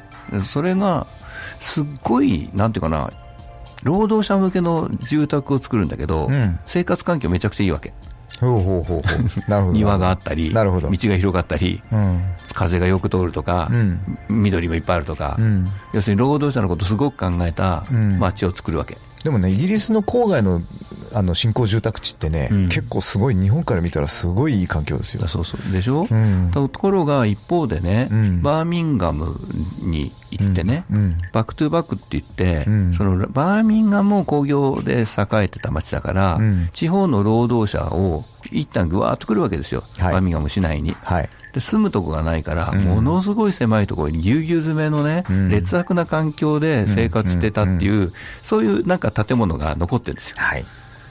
それがすっごいなんていうかな労働者向けの住宅を作るんだけど、うん、生活環境めちゃくちゃいいわけ。ほうほうほうほうなるほど庭があったり道が広がったり、うん、風がよく通るとか、うん、緑もいっぱいあるとか、うん、要するに労働者のことをすごく考えた街を作るわけ、 でもねイギリスの郊外のあの新興住宅地ってね、うん、結構すごい日本から見たらすごいいい環境ですよ。 そうそうでしょ、うん、ところが一方でね、うん、バーミンガムに行ってね、うんうん、バックトゥーバックって言って、うん、そのバーミンガムも工業で栄えてた街だから、うん、地方の労働者を一旦ぐわーっと来るわけですよ、はい、バーミンガム市内に、はいで住むとこがないから、うん、ものすごい狭いところにぎゅうぎゅう詰めのね、うん、劣悪な環境で生活してたっていう、うんうんうん、そういうなんか建物が残ってるんですよ、はい、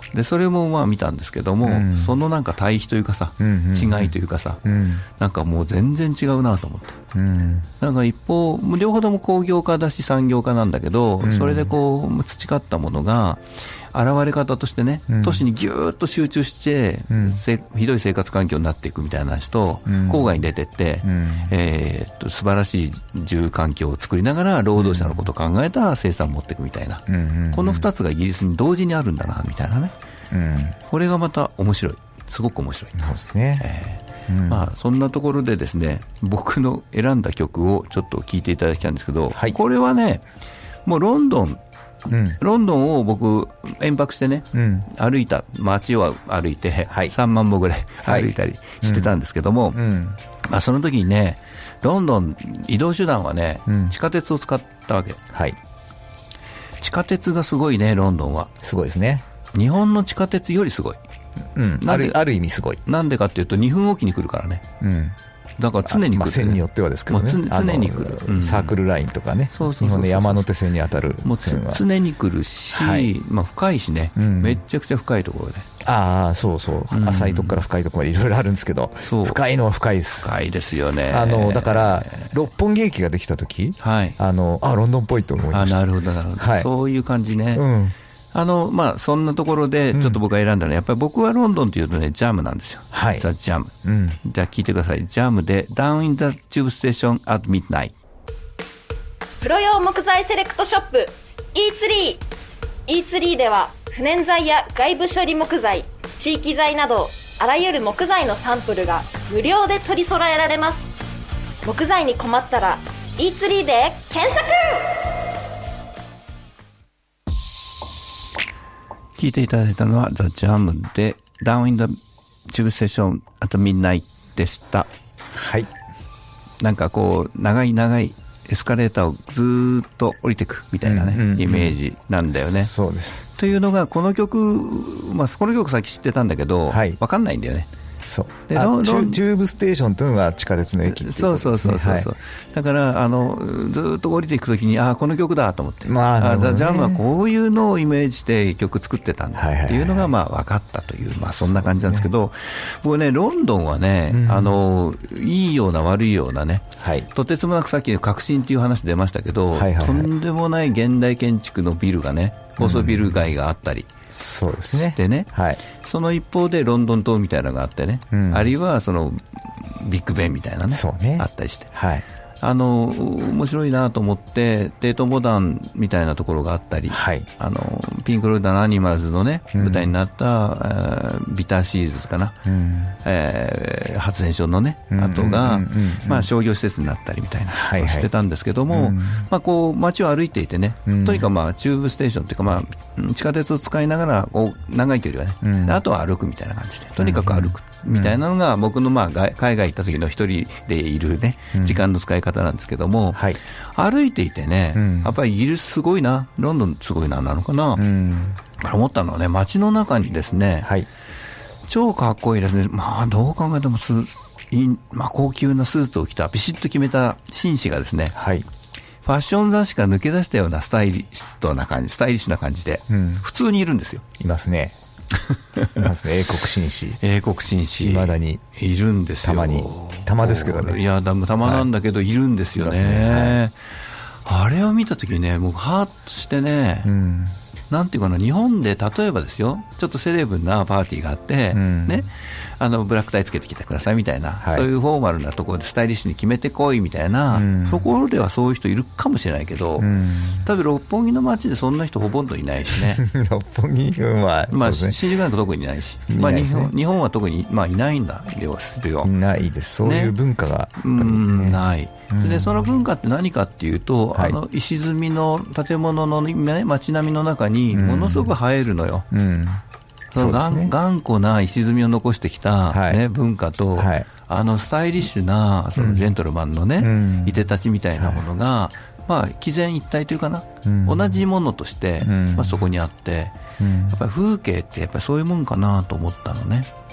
でそれもまあ見たんですけども、うん、そのなんか対比というかさ、うんうんうん、違いというかさ、うん、なんかもう全然違うなと思って、うん、なんか一方両方とも工業化だし産業化なんだけど、うん、それでこう培ったものが現れ方としてね、うん、都市にぎゅーっと集中して、うん、ひどい生活環境になっていくみたいな話と、うん、郊外に出てって、うんえー、っと素晴らしい住環境を作りながら労働者のことを考えた生産を持っていくみたいな、うん、このふたつがイギリスに同時にあるんだなみたいなね、うん、これがまた面白い、すごく面白い。 そうですね、 えーうんまあ、そんなところでですね、僕の選んだ曲をちょっと聴いていただきたいんですけど、はい、これはねもうロンドンうん、ロンドンを僕遠泊してね、うん、歩いた街を歩いて、はい、さんまんぼぐらい歩いたりしてたんですけども、はいうんまあ、その時にねロンドン移動手段はね、うん、地下鉄を使ったわけ、はい、地下鉄がすごいね。ロンドンはすごいですね。 日本の地下鉄よりすごい、 うん、ある、ある意味すごい。 なんでかっていうとにふんおきに来るからね、うんだから常に来る、ねまあ、線によってはですけどね、 まあ、常に来る、 うん、サークルラインとかね、そうそうそうそう日本の山手線に当たる線は常に来るし、はいまあ、深いしね、うん、めちゃくちゃ深いところで、 ああそうそう、うん、浅いところから深いところまでいろいろあるんですけど、深いのは深いです。 深いですよね。 あのだから六本木駅ができた時、はい、あのあロンドンっぽいと思いました。 あなるほどなるほど、はい、そういう感じね、うんあのまあ、そんなところでちょっと僕が選んだのは、うん、やっぱり僕はロンドンというとねジャムなんですよ、はい、ザ・ジャム、うん、じゃあ聞いてください。ジャムで Down in the Tube Station at Midnight。 プロ用木材セレクトショップ イーツリー イーツリー では不燃材や外部処理木材、地域材などあらゆる木材のサンプルが無料で取り揃えられます。木材に困ったら イーツリー で検索。 聞いていただいたのは The Jam で Down in the Tube Station at Midnight でした。 はい。 なんかこう長い長いエスカレーターをずーっと降りていくみたいなね、うんうんうん、イメージなんだよね。 そうです。 というのがこの曲、まあこの曲さっき知ってたんだけど、はい、分かんないんだよね。 そうでチューブステーションというのが地下鉄の駅っていうことですね。そうそうそうそう、はい、だからあのずっと降りていくときにあこの曲だと思って、まあね、あジャムはこういうのをイメージして曲作ってたんだっていうのがまあ分かったという、まあ、そんな感じなんですけど、僕ねロンドンはね、うん、あのいいような悪いようなね、はい、とてつもなくさっきの革新っていう話出ましたけど、はいはいはい、とんでもない現代建築のビルがね高層ビル街があったりそうですね。 してね、はい、その一方でロンドン塔みたいなのがあってね、うん、あるいはそのビッグベンみたいな ね, ねあったりして、はい、あの面白いなと思ってテートモダンみたいなところがあったり、はい、あのピンク・ロイドのアニマルズの、ね、舞台になった、うん、ビターシーズかな、うんえー、発電所の、ね、跡が、まあ、商業施設になったりみたいなことをしてたんですけども、はいはいまあ、こう街を歩いていてね、うん、とにかく、まあ、チューブステーションというか、まあ、地下鉄を使いながらこう長い距離はね、うん、あとは歩くみたいな感じでとにかく歩くみたいなのが僕のまあ海外行った時の一人でいるね時間の使い方なんですけども、うんはい、歩いていてね、うん、やっぱりイギリスすごいなロンドンすごいななのかな、うん、思ったのはね街の中にですね、はい、超かっこいいですね。まあどう考えてもスい、まあ、高級なスーツを着たビシッと決めた紳士がですね、はい、ファッション雑誌から抜け出したようなスタイリストな感じスタイリッシュな感じで、うん、普通にいるんですよ。 いますねいますね英国紳士英国紳士未だにいるんですよ。 たまにたまですけどね。 いやたまなんだけどいるんですよね、ねはい、あれを見たときにねもうハーッとしてね、うん、なんていうかな日本で例えばですよちょっとセレブなパーティーがあって、うんね、あのブラックタイつけてきてくださいみたいな、はい、そういうフォーマルなところでスタイリッシュに決めてこいみたいな、うん、ところではそういう人いるかもしれないけど、うん、多分六本木の街でそんな人ほとんどいないしね六本木、まあまあ、新宿なんか特にいないし、まあ、日本、日本は特に、まあ、いないんだよないです。そういう文化が、ね、 うんない、うん、でその文化って何かっていうと、はい、あの石積みの建物の、ね、街並みの中にものすごく映えるのよ、うんうんその頑、ね、頑固な石積みを残してきた、ねはい、文化と、はい、あのスタイリッシュなそのジェントルマンの、ねうん、いでたちみたいなものが、はいまあ、毅然一体というかな、うん、同じものとして、うんまあ、そこにあって、うん、やっぱり風景ってやっぱりそういうもんかなと思ったのね。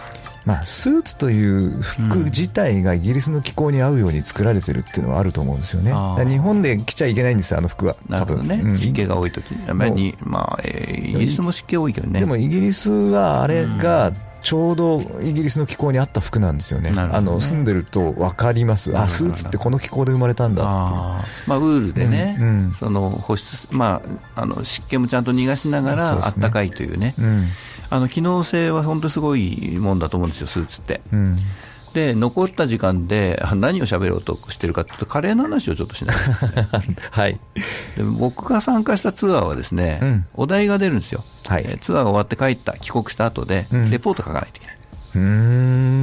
まあ、スーツという服自体がイギリスの気候に合うように作られてるっていうのはあると思うんですよね。日本で着ちゃいけないんですよ、あの服は。 なるほどね、うん、湿気が多いとき、まあえー、イギリスも湿気多いけどね。 でもイギリスはあれがちょうどイギリスの気候に合った服なんですよね。ね、あの住んでると分かります。あ、スーツってこの気候で生まれたんだっていう。 あ、まあ、ウールでね、うんうん、その保湿、まあ、あの湿気もちゃんと逃がしながらあったかいというね、うん、あの機能性は本当にすごいもんだと思うんですよ、スーツって。うん、で残った時間で何を喋ろうとしてるかというと、カレーの話をちょっとしない、ねはい、で僕が参加したツアーはですね、うん、お題が出るんですよ、はい、ツアーが終わって帰った帰国した後でレポート書かないといけない、うん、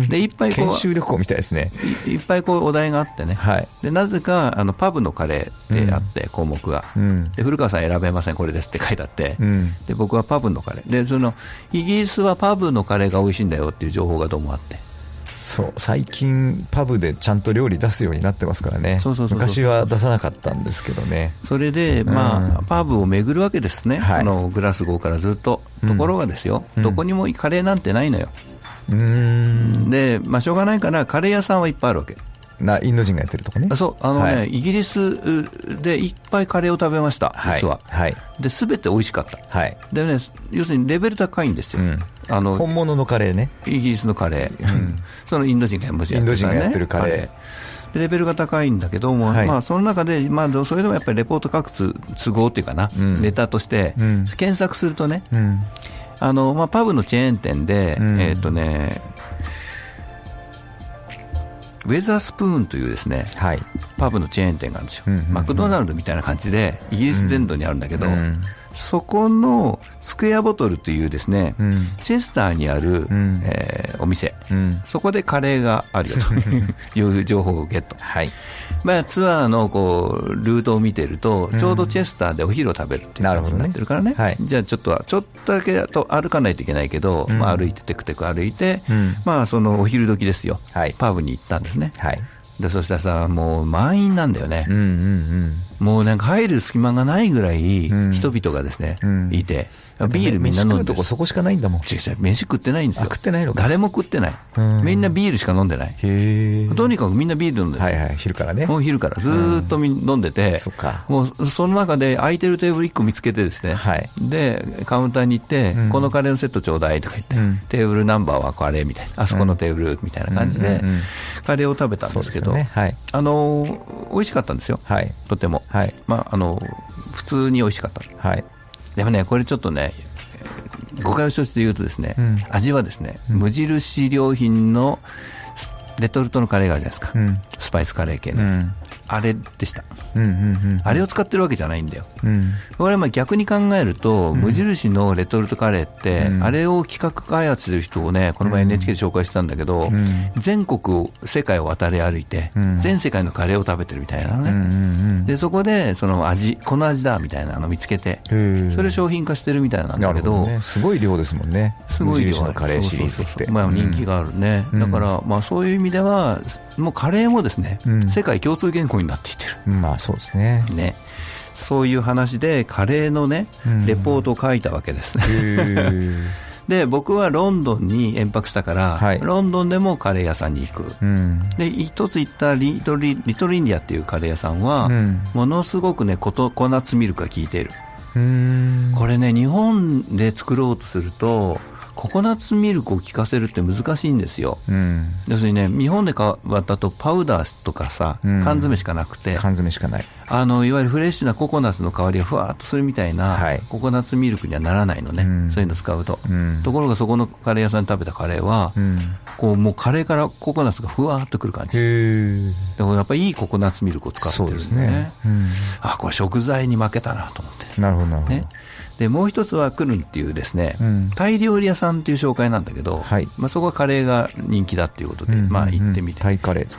でいっぱいこう研修旅行みたいですね。 い, いっぱいこうお題があってね、はい、でなぜかあのパブのカレーってあって、うん、項目が、うん、で古川さん選べませんこれですって書いてあって、うん、で僕はパブのカレーで、そのイギリスはパブのカレーが美味しいんだよっていう情報がどうもあって、 そう最近パブでちゃんと料理出すようになってますからね。そうそうそうそう、昔は出さなかったんですけどね。 それで、まあ、うん、パブを巡るわけですね、はい、あのグラスゴーからずっと。ところがですよ、うん、どこにもカレーなんてないのよ。うーんで、まあ、しょうがないからカレー屋さんはいっぱいあるわけな。インド人がやってるとこね。 そうあのね、はい、イギリスでいっぱいカレーを食べました、実は、はい、で全て美味しかった、はい、でね、要するにレベル高いんですよ、うん、あの本物のカレーね、 イギリスのカレー、うん、そのインド人がやってる、ね、 インド人がやってるカレーでレベルが高いんだけども、はい、まあ、その中で、まあ、それでもやっぱりレポート書く都合っていうかな、うん、ネタとして、うん、検索するとね、うん、あのまあ、パブのチェーン店で、うん、えーとね、ウェザースプーンというですね、はい、パブのチェーン店があるんですよ、うんうんうん、マクドナルドみたいな感じでイギリス全土にあるんだけど、うん、そこのスクエアボトルというですね、うん、チェスターにある、うん、えー、お店、うん、そこでカレーがあるよという情報をゲット、はい、まあ、ツアーのこうルートを見てると、ちょうどチェスターでお昼を食べるっていう感じになってるからね、ね、はい、じゃあちょっとちょっとだけと歩かないといけないけど、うん、まあ、歩いてテクテク歩いて、うん、まあ、そのお昼時ですよ、はい、パブに行ったんですね、はい、でそしたらさ、もう満員なんだよね、うんうんうん、もうなんか入る隙間がないぐらい人々がですね、うん、いて、ビールみんな飲んでる。飯食うとこそこしかないんだもん。違う違う、飯食ってないんですよ。食ってないのか。誰も食ってない。みんなビールしか飲んでない。へー。とにかくみんなビール飲んでるんですよ。はいはい、昼からね。もう昼からずーっと飲んでて、そっか。もうその中で空いてるテーブルいっこ見つけてですね、はい、でカウンターに行って、うん、このカレーのセットちょうだいとか言って、うん、テーブルナンバーはカレーみたいな、あそこのテーブルみたいな感じで、うんうんうん、カレーを食べたんですけど、ね、はい、あの美味しかったんですよ、はい、とても、はい、まあ、あの普通に美味しかった、はい、でもね、これちょっとね、誤解を承知で言うとですね、うん、味はですね、うん、無印良品のレトルトのカレーがあるじゃないですか、うん、スパイスカレー系のやつ、うん、あれでした、うんうんうん、あれを使ってるわけじゃないんだよ、うん、これはまあ逆に考えると、うん、無印のレトルトカレーって、うん、あれを企画開発する人をね、この前 エヌエイチケー で紹介したんだけど、うん、全国世界を渡り歩いて、うん、全世界のカレーを食べてるみたいなのね、うんうんうん、でそこでその味、この味だみたいなのを見つけて、それを商品化してるみたいなんだけ ど, ど、ね、すごい量ですもんね、すごい量、無印のカレーシリーズって、そうそうそう、まあ、人気があるね、うん、だから、まあ、そういう意味ではもうカレーもですね、うん、世界共通言語になっていってる、うん、まあそうですね、ね、そういう話でカレーのね、うん、レポートを書いたわけですね、で僕はロンドンに延泊したから、はい、ロンドンでもカレー屋さんに行く、うん、で一つ行ったリトル、リトルインディアっていうカレー屋さんは、うん、ものすごくねココナッツミルクが効いている、うーん、これね、日本で作ろうとするとココナッツミルクを効かせるって難しいんですよ、うん、要するにね、日本で買ったとパウダーとかさ、うん、缶詰しかなくて、缶詰しかない、あのいわゆるフレッシュなココナッツの香りがふわっとするみたいな、はい、ココナッツミルクにはならないのね、うん、そういうの使うと、うん、ところがそこのカレー屋さんで食べたカレーは、うん、こうもうカレーからココナッツがふわっとくる感じ、だからやっぱりいいココナッツミルクを使ってるんですね、そうですね、うん、あ、これ食材に負けたなと思って、なるほどなるほど、ね、でもう一つはクルンっていうですね、うん、タイ料理屋さんっていう紹介なんだけど、はい、まあ、そこはカレーが人気だっていうことで、うんうんうん、まあ、行ってみて、タイカレーですか、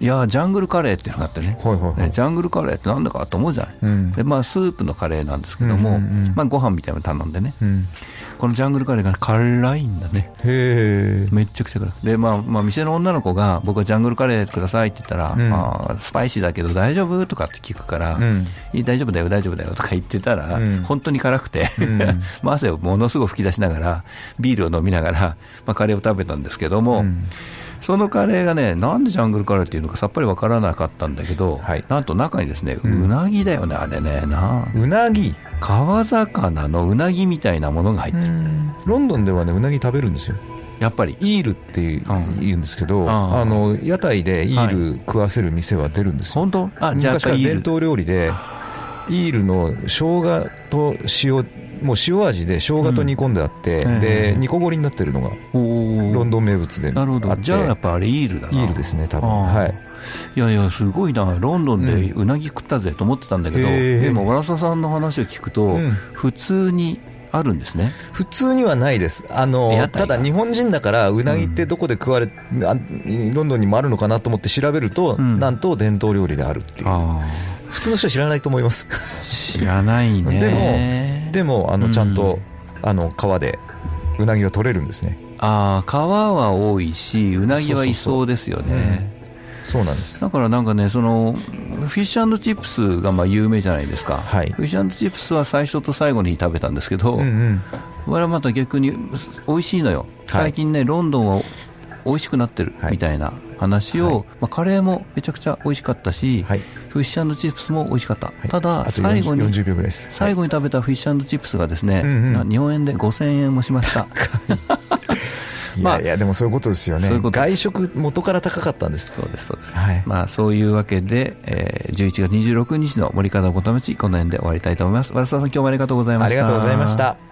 いやジャングルカレーっていうのがあってね、はいはいはい、ジャングルカレーってなんだかと思うじゃない、うん、でまあ、スープのカレーなんですけども、うんうんうんまあ、ご飯みたいなの頼んでね、うん、このジャングルカレーが辛いんだね。 へめっちゃくちゃ辛くで、まあまあ、店の女の子が僕はジャングルカレーくださいって言ったら、うんまあ、スパイシーだけど大丈夫とかって聞くから、うん、いい大丈夫だよ大丈夫だよとか言ってたら、うん、本当に辛くて、うんまあ、汗をものすごく吹き出しながらビールを飲みながら、まあ、カレーを食べたんですけども、うんそのカレーがね、なんでジャングルカレーっていうのかさっぱりわからなかったんだけど、はい、なんと中にですね、うなぎだよね、あれね、なうなぎ川魚のうなぎみたいなものが入ってる。 ロンドンではね、うなぎ食べるんですよ。 やっぱりイールって言うんですけど、うん、あの屋台でイール食わせる店は出るんですよ。 本当？あ、じゃあ昔から伝統料理でイールの生姜と塩もう塩味で生姜と煮込んであって、うん、で煮こごりになってるのがロンドン名物であって。 なるほど。じゃあやっぱあれイールだな。 イールですね多分。はい。 いやいやすごいな、ロンドンでうなぎ食ったぜと思ってたんだけど、うん、でもわらささんの話を聞くと、うん、普通にあるんですね。 普通にはないです。あのただ日本人だからうなぎってどこで食われ、うん、あロンドンにもあるのかなと思って調べると、うん、なんと伝統料理であるっていう。あ普通の人は知らないと思います。 知らないね。 でもでもあのちゃんと、うん、あの川でうなぎが取れるんですね。 ああ川は多いしうなぎはいそうですよね。 そうなんです。 だからなんかね、そのフィッシュ&チップスがまあ有名じゃないですか、はい、フィッシュ&チップスは最初と最後に食べたんですけど、うんうん、我々はまた逆に美味しいのよ。最近ね、はい、ロンドンは美味しくなってるみたいな話を、はいまあ、カレーもめちゃくちゃ美味しかったし、はい、フィッシュ&チップスも美味しかった、はい、ただ最後によんじゅうびょうぐらいです。 最後に食べたフィッシュ&チップスがですね、うんうん、日本円でごせんえんもしましたいやいやでもそういうことですよね。そういうこと外食元から高かったんです。 そうですそうです、はいまあ、そういうわけで、えー、じゅういちがつにじゅうろくにちの森川ごたまちこの辺で終わりたいと思います。和田さん今日もありがとうございました。 ありがとうございました。